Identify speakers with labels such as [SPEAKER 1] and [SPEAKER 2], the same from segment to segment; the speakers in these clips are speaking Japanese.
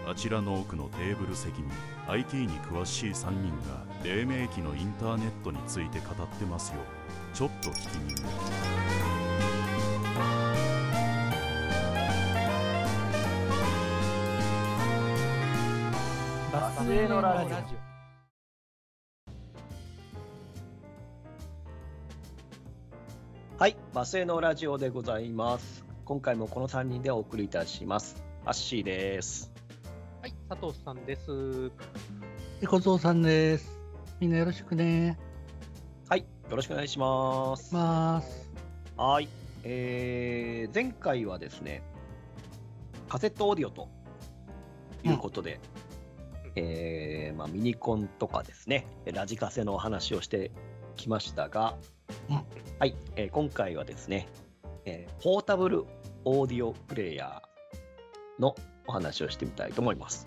[SPEAKER 1] あちらの奥のテーブル席に IT に詳しい3人が黎明期のインターネットについて語ってますよ。ちょっと聞きに。
[SPEAKER 2] バスへのラジオ。はい、バスへのラジオでございます。今回もこの3人でお送りいたします。アッシーです。
[SPEAKER 3] はい、佐藤さんです。
[SPEAKER 4] 小僧さんです。みんなよろしくね。
[SPEAKER 2] はい、よろしくお願いします。はい、前回はですね、カセットオーディオということで、ミニコンとかですね、ラジカセのお話をしてきましたが、はい、今回はですね、ポータブルオーディオプレイヤーのお話をしてみたいと思います。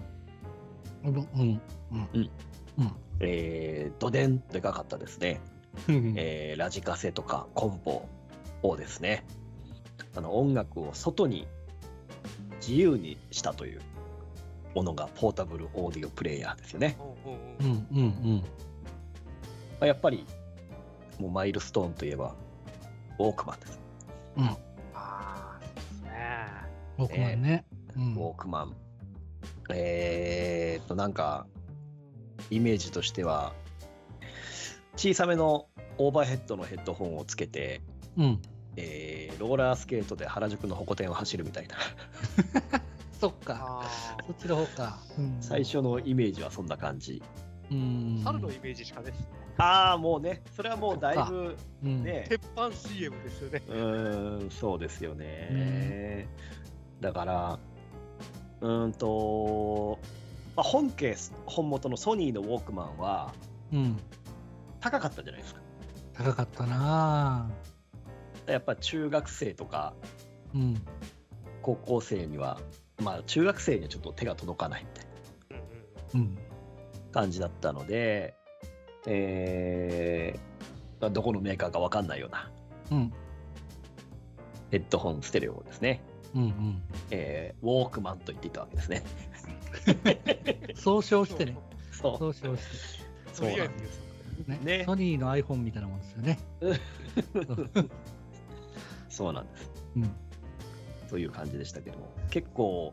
[SPEAKER 2] ドデンでかかったですね、ラジカセとかコンポをですね、音楽を外に自由にしたというものがポータブルオーディオプレイヤーですよね。やっぱりもうマイルストーンといえばウォークマンです。
[SPEAKER 3] そうですね。
[SPEAKER 4] ウォークマンね。
[SPEAKER 2] ウォークマン。なんかイメージとしては小さめのオーバーヘッドのヘッドホンをつけて、ローラースケートで原宿のホコ天を走るみたいな。
[SPEAKER 4] そっか。そっちの方か。
[SPEAKER 2] 最初のイメージはそんな感じ。
[SPEAKER 3] 猿のイメージしかですね。
[SPEAKER 2] もうね、それはもうだいぶね、
[SPEAKER 3] 鉄板 CM ですよね。
[SPEAKER 2] そうですよね。だから本元のソニーのウォークマンは高かったじゃないですか。
[SPEAKER 4] 高かったな。
[SPEAKER 2] やっぱ中学生とか高校生には、中学生にはちょっと手が届かないみたいな感じだったので、どこのメーカーか分かんないようなヘッドホンステレオですね。ウォークマンと言っていたわけですね。
[SPEAKER 4] 総称してね。
[SPEAKER 2] 総
[SPEAKER 4] 称して。
[SPEAKER 2] そうなんですね。
[SPEAKER 4] ソニーの iPhone みたいなもんですよね。
[SPEAKER 2] そうなんです。という感じでしたけども、結構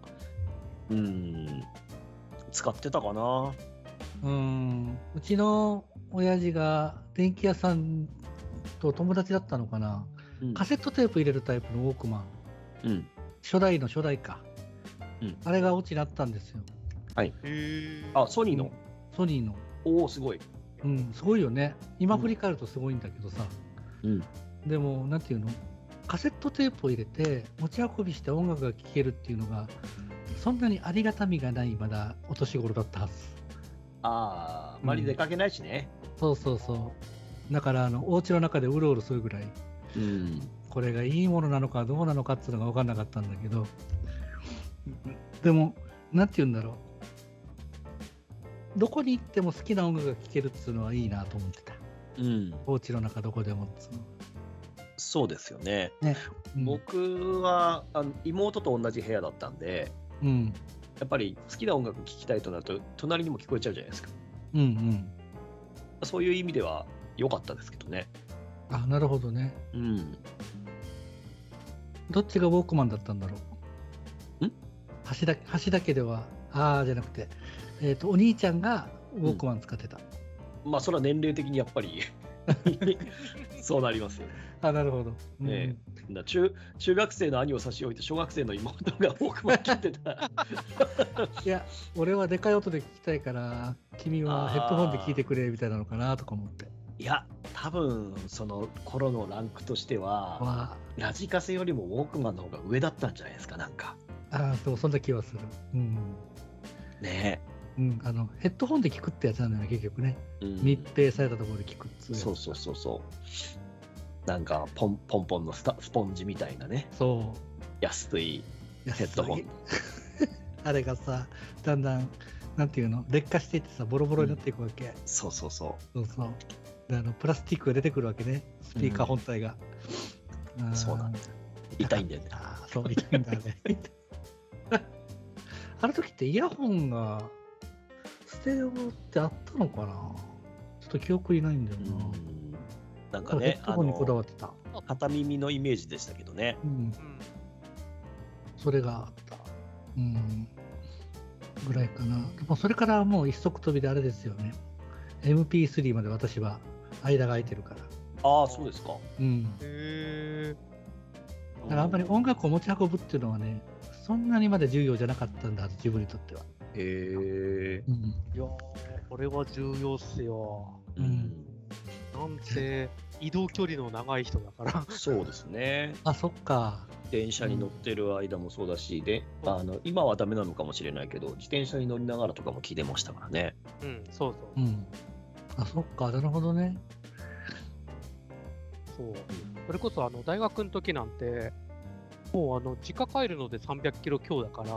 [SPEAKER 2] 使ってたかな。
[SPEAKER 4] うちの親父が電気屋さんと友達だったのかな、カセットテープ入れるタイプのウォークマン、初代の初代か、あれがオチになったんですよ。
[SPEAKER 2] はい。ソニーの、
[SPEAKER 4] ソニーの。
[SPEAKER 2] おお、すごい。
[SPEAKER 4] すごいよね。今振り返るとすごいんだけどさ、でもなんていうの、カセットテープを入れて持ち運びして音楽が聴けるっていうのがそんなにありがたみがないまだお年頃だったはず。
[SPEAKER 2] あまり出かけないしね。
[SPEAKER 4] そうだからお家の中でうろうろするぐらい、これがいいものなのかどうなのかっていうのが分かんなかったんだけど、でもなんて言うんだろう、どこに行っても好きな音楽が聴けるっていうのはいいなと思ってた。お家の中どこでもっていうの。
[SPEAKER 2] そうですよね。僕は妹と同じ部屋だったんで、やっぱり好きな音楽聴きたいとなると隣にも聞こえちゃうじゃないですか。そういう意味では良かったですけどね。
[SPEAKER 4] なるほどね。どっちがウォークマンだったんだろう。橋だけではじゃなくて、お兄ちゃんがウォークマン使ってた。
[SPEAKER 2] それは年齢的にやっぱりそうなりますよ。
[SPEAKER 4] なるほど。
[SPEAKER 2] 中学生の兄を差し置いて小学生の妹がウォークマン聞いてた。
[SPEAKER 4] いや、俺はでかい音で聞きたいから君はヘッドホンで聞いてくれみたいなのかなとか思って。
[SPEAKER 2] いや、多分その頃のランクとしてはラジカセよりもウォークマンの方が上だったんじゃないですか。なんか
[SPEAKER 4] そうそんな気はする。
[SPEAKER 2] ね
[SPEAKER 4] え。ヘッドホンで聞くってやつなんだよね、結局ね。密閉されたところで聞くっつう。
[SPEAKER 2] そう。なんかポンポンのスポンジみたいなね。安いヘッドホン。
[SPEAKER 4] あれがさ、だんだんなんていうの、劣化していってさ、ボロボロになっていくわけ。
[SPEAKER 2] そう。
[SPEAKER 4] でプラスチックが出てくるわけね、スピーカー本体が。
[SPEAKER 2] そうなんだ。痛いんだよね。
[SPEAKER 4] そう、痛いんだね。 あの時ってイヤホンがステレオってあったのかな。ちょっと記憶いないんだよな。
[SPEAKER 2] なんかね、
[SPEAKER 4] ヘッドホンにこだわってた。
[SPEAKER 2] 片耳のイメージでしたけどね。
[SPEAKER 4] それがあった。ぐらいかな。でもそれからもう一足飛びであれですよね。MP3 まで私は間が空いてるから。
[SPEAKER 2] ああ、そうですか。
[SPEAKER 4] だからあんまり音楽を持ち運ぶっていうのはね、そんなにまで重要じゃなかったんだ、自分にとっては。
[SPEAKER 3] いやー、これは重要っすよ。なんて移動距離の長い人だから。
[SPEAKER 2] そうですね。
[SPEAKER 4] あ、そっか。
[SPEAKER 2] 電車に乗ってる間もそうだし、で、今はダメなのかもしれないけど、自転車に乗りながらとかも聞いてましたからね。
[SPEAKER 3] そうそう。
[SPEAKER 4] あ、そっか、なるほどね。
[SPEAKER 3] そう。それこそ大学の時なんて、もう実家帰るので300キロ強だから、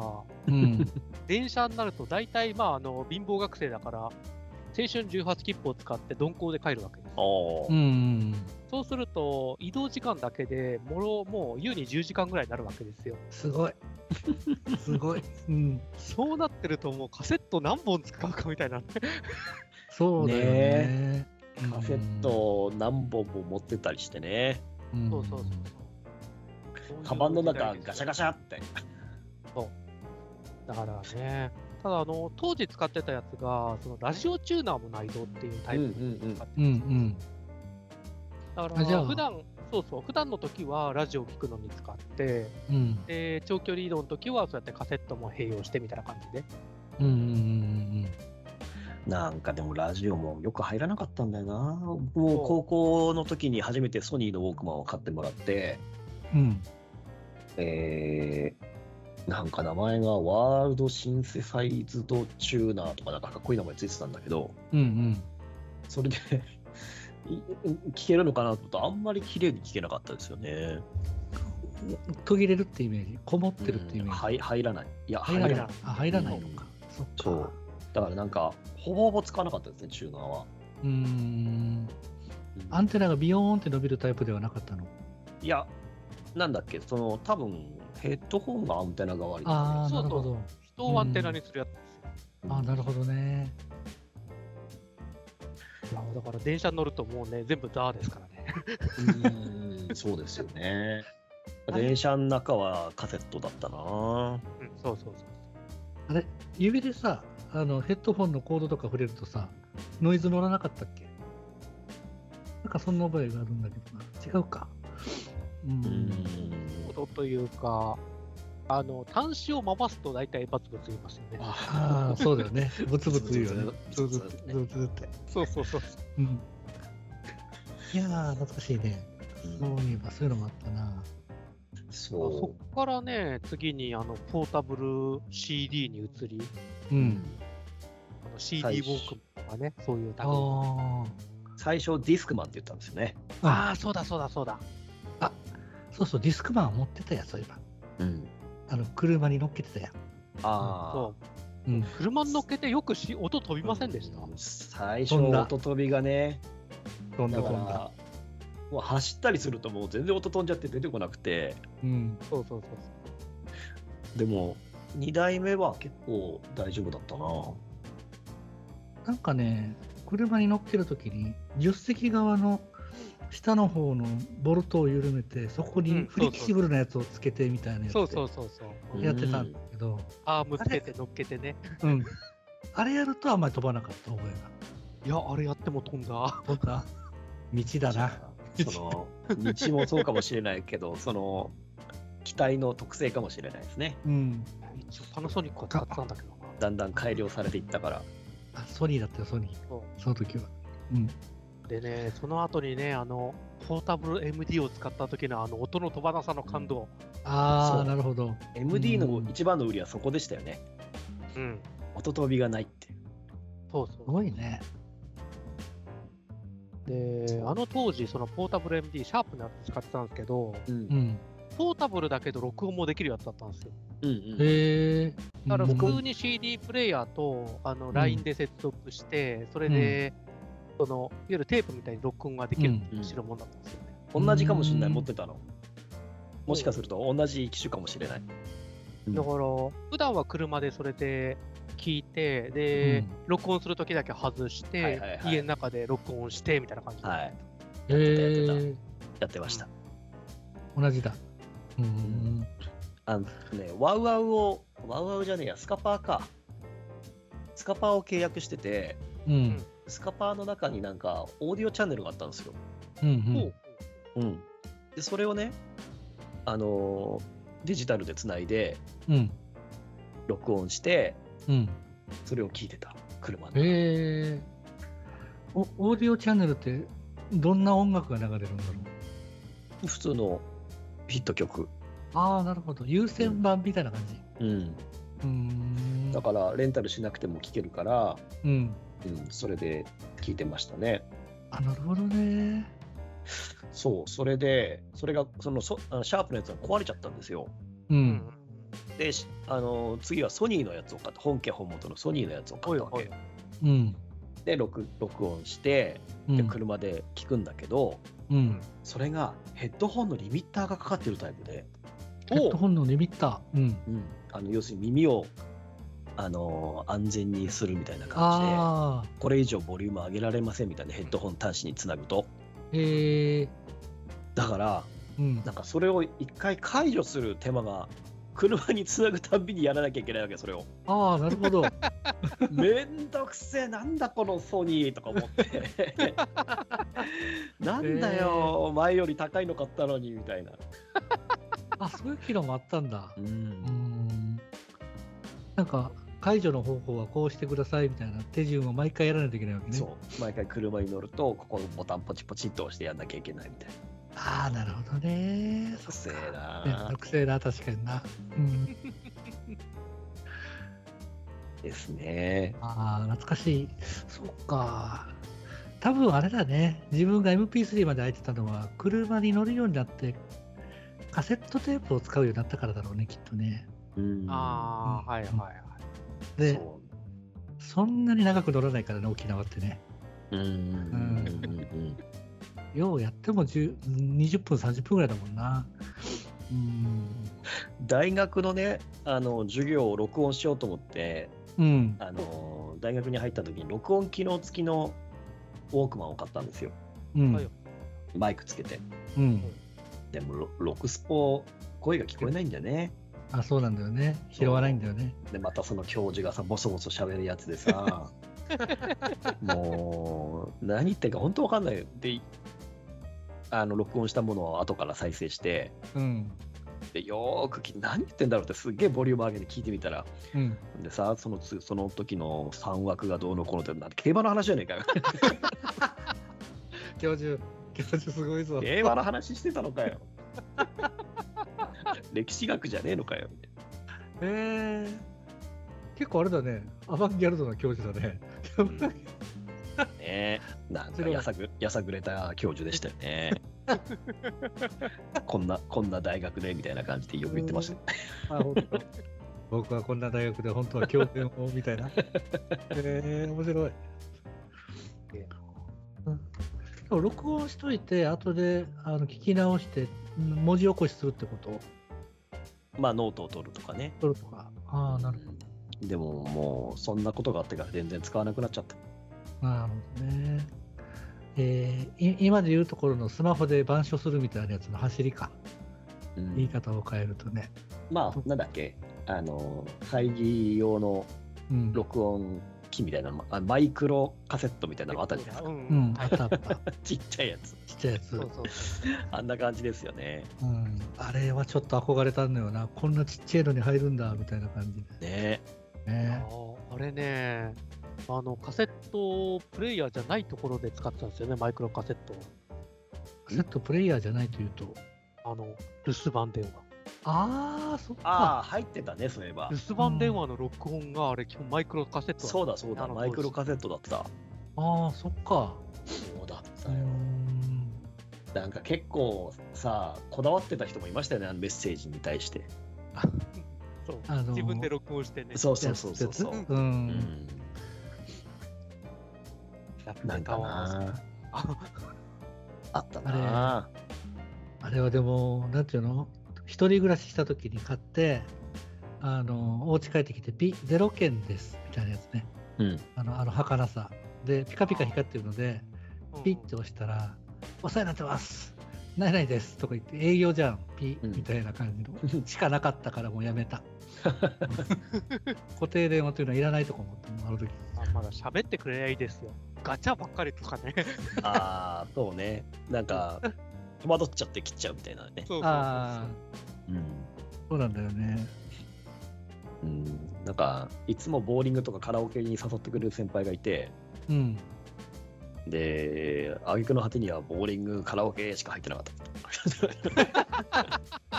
[SPEAKER 3] 電車になると大体貧乏学生だから、青春18切符を使って鈍行で帰るわけです。そうすると移動時間だけでもう優に10時間ぐらいになるわけですよ。
[SPEAKER 4] すごい。すごい。
[SPEAKER 3] そうなってるともうカセット何本使うかみたいな。
[SPEAKER 4] そうだよね。
[SPEAKER 2] カセット何本も持ってたりしてね。
[SPEAKER 3] そう。
[SPEAKER 2] カバンの中ガシャガシャって。
[SPEAKER 3] そう。だからね。ただ当時使ってたやつがそのラジオチューナーも内蔵っていうタイプで使ってたんですよ。だから普段の時はラジオを聞くのに使って、で長距離移動の時はそうやってカセットも併用してみたいな感じで。
[SPEAKER 2] なんかでもラジオもよく入らなかったんだよな。もう高校の時に初めてソニーのウォークマンを買ってもらって、なんか名前がワールドシンセサイズドチューナーとかなんかかっこいい名前ついてたんだけど、それで聞けるのかなと思ったらあんまり綺麗に聞けなかったですよね。
[SPEAKER 4] 途切れるってイメージ、こもってるってイメージ。
[SPEAKER 2] 入らない。いや、
[SPEAKER 4] 入らないのか。
[SPEAKER 2] そう。だからなんかほぼほぼ使わなかったですね、チューナーは。
[SPEAKER 4] アンテナがビヨーンって伸びるタイプではなかったの？
[SPEAKER 2] いや、なんだっけ、多分ヘッドホンがアンテナ代わり
[SPEAKER 4] なるほど。
[SPEAKER 3] 人をアンテナにするやつですよ。
[SPEAKER 4] なるほどね。
[SPEAKER 3] だから電車に乗るともうね、全部ダーですから
[SPEAKER 2] ね。そうですよね。電車の中はカセットだったな。
[SPEAKER 3] そう。
[SPEAKER 4] あれ、指でさ、ヘッドホンのコードとか触れるとさ、ノイズ乗らなかったっけ？なんかそんな覚えがあるんだけどな。違うか。
[SPEAKER 3] コードというか、端子を回すと大体バツバツ言いますよね。
[SPEAKER 4] そうだよね。ブツブツ言うよね。ブツブツって。
[SPEAKER 3] そう。
[SPEAKER 4] いやー、懐かしいね。そういえばそういうのもあったな。
[SPEAKER 3] そっからね、次にポータブル CD に移り、CD ウォークとかね、そういう
[SPEAKER 2] 最初ディスクマンって言ったんですよね。
[SPEAKER 3] そうだ。
[SPEAKER 4] そう、ディスクマンを持ってたや、そういえば。車に乗っけてたや。
[SPEAKER 3] 車に乗っけてよく音飛びませんでした？
[SPEAKER 2] 最初音飛びがね。
[SPEAKER 4] 飛んだ。
[SPEAKER 2] もう走ったりするともう全然音飛んじゃって出てこなくて。
[SPEAKER 3] そう。
[SPEAKER 2] でも2台目は結構大丈夫だったな。
[SPEAKER 4] なんかね、車に乗っけるときに助手席側の下の方のボルトを緩めて、そこにフレキシブルなやつをつけてみたいなやつやってたんだけど、
[SPEAKER 3] アームつけて乗っけてね。
[SPEAKER 4] あれやるとあんまり飛ばなかった覚えが。
[SPEAKER 3] いや、あれやっても飛んだ。
[SPEAKER 4] 道だな。
[SPEAKER 2] 道もそうかもしれないけど、機体の特性かもしれないですね。
[SPEAKER 3] 一応パナソニックは使ってたんだけどな。
[SPEAKER 2] だんだん改良されていったから。
[SPEAKER 4] ソニーだったよ、ソニー。その時は。
[SPEAKER 3] でね、その後にね、ポータブル MD を使った時の音の飛ばなさの感動。
[SPEAKER 4] なるほど。
[SPEAKER 2] MD の一番の売りはそこでしたよね。音飛びがないって。
[SPEAKER 3] そう。
[SPEAKER 4] すごいね。
[SPEAKER 3] で、当時、そのポータブル MD、シャープのやつ使ってたんですけど、ポータブルだけど録音もできるやつだったんですよ。だから普通に CD プレイヤーとLINE で接続して、それで、いわゆるテープみたいに録音ができる代物だったんですよね。
[SPEAKER 2] 同じかもしれない、持ってたの。もしかすると同じ機種かもしれない。
[SPEAKER 3] だから、普段は車でそれで聞いて、で、録音するときだけ外して、家の中で録音してみたいな感じで。
[SPEAKER 2] はい。やってました。
[SPEAKER 4] 同じだ。
[SPEAKER 2] ワウワウじゃねえや、スカパーか。スカパーを契約してて、スカパーの中になんかオーディオチャンネルがあったんですよ。で、それをね、デジタルでつないで、録音して、それを聞いてた、車で。
[SPEAKER 4] オーディオチャンネルってどんな音楽が流れるんだろ
[SPEAKER 2] う？普通のヒット曲。
[SPEAKER 4] ああ、なるほど。有線版みたいな感じ。
[SPEAKER 2] だからレンタルしなくても聴けるから、それで聴いてましたね。
[SPEAKER 4] あ、なるほどね。
[SPEAKER 2] そう、それがシャープのやつが壊れちゃったんですよ。で、次はソニーのやつを買って、本家本元のソニーのやつを買ったわけ。で、録音して、で車で聞くんだけど、それがヘッドホンのリミッターがかかってるタイプで。
[SPEAKER 4] ヘッドホンのリミッター。
[SPEAKER 2] 要するに耳を安全にするみたいな感じで、これ以上ボリューム上げられませんみたいな、ヘッドホン端子につなぐと。だから、なんかそれを一回解除する手間が車につなぐたびにやらなきゃいけないわけ、それを。
[SPEAKER 4] ああ、なるほど。
[SPEAKER 2] めんどくせえ、なんだこのソニーとか思ってなんだよ、前より高いの買ったのにみたいな。
[SPEAKER 4] あ、そういう機能もあったんだ。なんか解除の方法はこうしてくださいみたいな手順を毎回やらないといけないわけね。
[SPEAKER 2] そう、毎回車に乗るとここのボタンポチポチっと押してやんなきゃいけないみたいな。
[SPEAKER 4] ああ、なるほどね。
[SPEAKER 2] めんどくせえな。
[SPEAKER 4] めんどくせえな、確かにな。
[SPEAKER 2] ですね。
[SPEAKER 4] ああ、懐かしい。そっか。多分あれだね。自分が MP3 まで入ってたのは車に乗るようになってカセットテープを使うようになったからだろうね、きっとね。
[SPEAKER 3] はいはいはい。
[SPEAKER 4] で、そんなに長く乗らないからね、沖縄ってね。ようやっても20分、30分ぐらいだもんな。
[SPEAKER 2] 大学のね、授業を録音しようと思って、大学に入った時に録音機能付きのウォークマンを買ったんですよ。マイクつけて。でもロクスポ声が聞こえないんだよね。
[SPEAKER 4] あ、そうなんだよね。拾わないんだよね。
[SPEAKER 2] でまたその教授がさ、ボソボソ喋るやつでさもう何言ってるか本当わかんないよ。で録音したものを後から再生して、でよーく何言ってんだろうってすっげえボリューム上げて聞いてみたら、でさ、その時の3枠がどうのこうのってなんて競馬の話じゃねえかよ
[SPEAKER 4] 教授すごいぞ。
[SPEAKER 2] 競馬の話してたのかよ歴史学じゃねえのかよ。
[SPEAKER 4] 結構あれだね、アバンギャルドな教授だね。
[SPEAKER 2] なんかやさぐれた教授でしたよねこんな大学でみたいな感じでよく言ってました、
[SPEAKER 4] 本当僕はこんな大学で本当は教鞭をみたいな。面白い。録音しといて後で聞き直して文字起こしするってこと？
[SPEAKER 2] まあノートを取るとかね。
[SPEAKER 4] 取るとか。ああ、なるほ
[SPEAKER 2] ど。でももうそんなことがあってから全然使わなくなっちゃった。
[SPEAKER 4] なるほどね。今でいうところのスマホで板書するみたいなやつの走りか。言い方を変えるとね。
[SPEAKER 2] まあなんだっけ、会議用の録音機みたいな、マイクロカセットみたいなのあったじゃないですか。
[SPEAKER 4] あった。
[SPEAKER 2] ちっちゃいやつ。
[SPEAKER 3] そう
[SPEAKER 2] あんな感じですよね。
[SPEAKER 4] あれはちょっと憧れたんだよな。こんなちっちゃいのに入るんだみたいな感じ
[SPEAKER 2] で。
[SPEAKER 3] あれね、カセットプレイヤーじゃないところで使ってたんですよね、マイクロカセット。
[SPEAKER 4] カセットプレイヤーじゃないというと、
[SPEAKER 3] 留守番電話。
[SPEAKER 4] ああ、そっか。
[SPEAKER 2] ああ、入ってたね、そういえば。
[SPEAKER 3] 留守番電話の録音があれ、基本マイクロカセットだった。
[SPEAKER 2] そうだ、マイクロカセットだった。
[SPEAKER 4] ああ、そっか。
[SPEAKER 2] そうだったよ。なんか結構さ、こだわってた人もいましたよね、メッセージに対して。
[SPEAKER 3] 自分で録音してね。
[SPEAKER 2] そう。なんかなあったな
[SPEAKER 4] あれはでもなんていうの、一人暮らしした時に買ってお家帰ってきて、0件ですみたいなやつね。儚さ。で、ピカピカ光ってるので、ピッて押したら、お世話になってます。ないないですとか言って、営業じゃん、ピみたいな感じの、しかなかったからもうやめた。固定電話というのはいらないとか思って、ある時。
[SPEAKER 3] まだ喋ってくれりゃいいですよ。ガチャばっかりとかね。
[SPEAKER 2] そうね。なんか、戸惑っちゃって切っちゃうみたいなね。
[SPEAKER 3] そう
[SPEAKER 4] なんだよね。
[SPEAKER 2] なんか、いつもボーリングとかカラオケに誘ってくれる先輩がいて、で、挙句の果てにはボーリング、カラオケしか入ってなかった。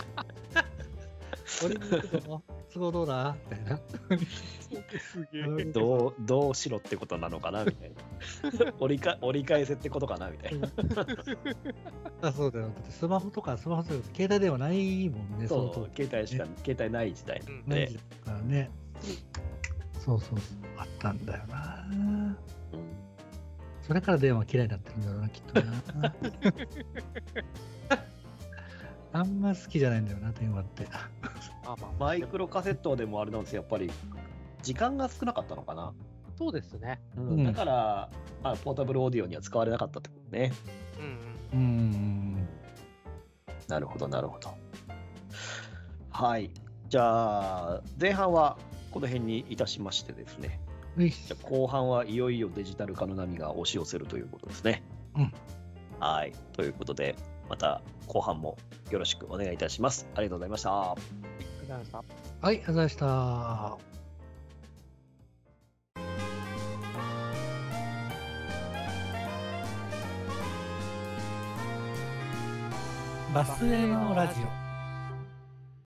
[SPEAKER 4] ボーリングの都合どうだみたいな。
[SPEAKER 3] すげえ。
[SPEAKER 2] どうしろってことなのかなみたいな。折り返せってことかなみたいな。
[SPEAKER 4] そうだよ。だってスマホとか携帯電話ないもんね。
[SPEAKER 2] そう、携帯ない時代なんで。
[SPEAKER 4] ないからね。そう、あったんだよな。それから電話嫌いになってるんだろうな、きっとな。あんま好きじゃないんだよな、電話って。
[SPEAKER 2] マイクロカセットでもあれなんですよ、やっぱり時間が少なかったのかな。
[SPEAKER 3] そうですね。
[SPEAKER 2] だから、ポータブルオーディオには使われなかったってことね。なるほど。はい。じゃあ、前半はこの辺にいたしましてですね。じゃあ後半はいよいよデジタル化の波が押し寄せるということですね。はい。ということで、また後半もよろしくお願いいたします。ありがとうございました。
[SPEAKER 4] はい、ありがとうございました。バスへのラジオ。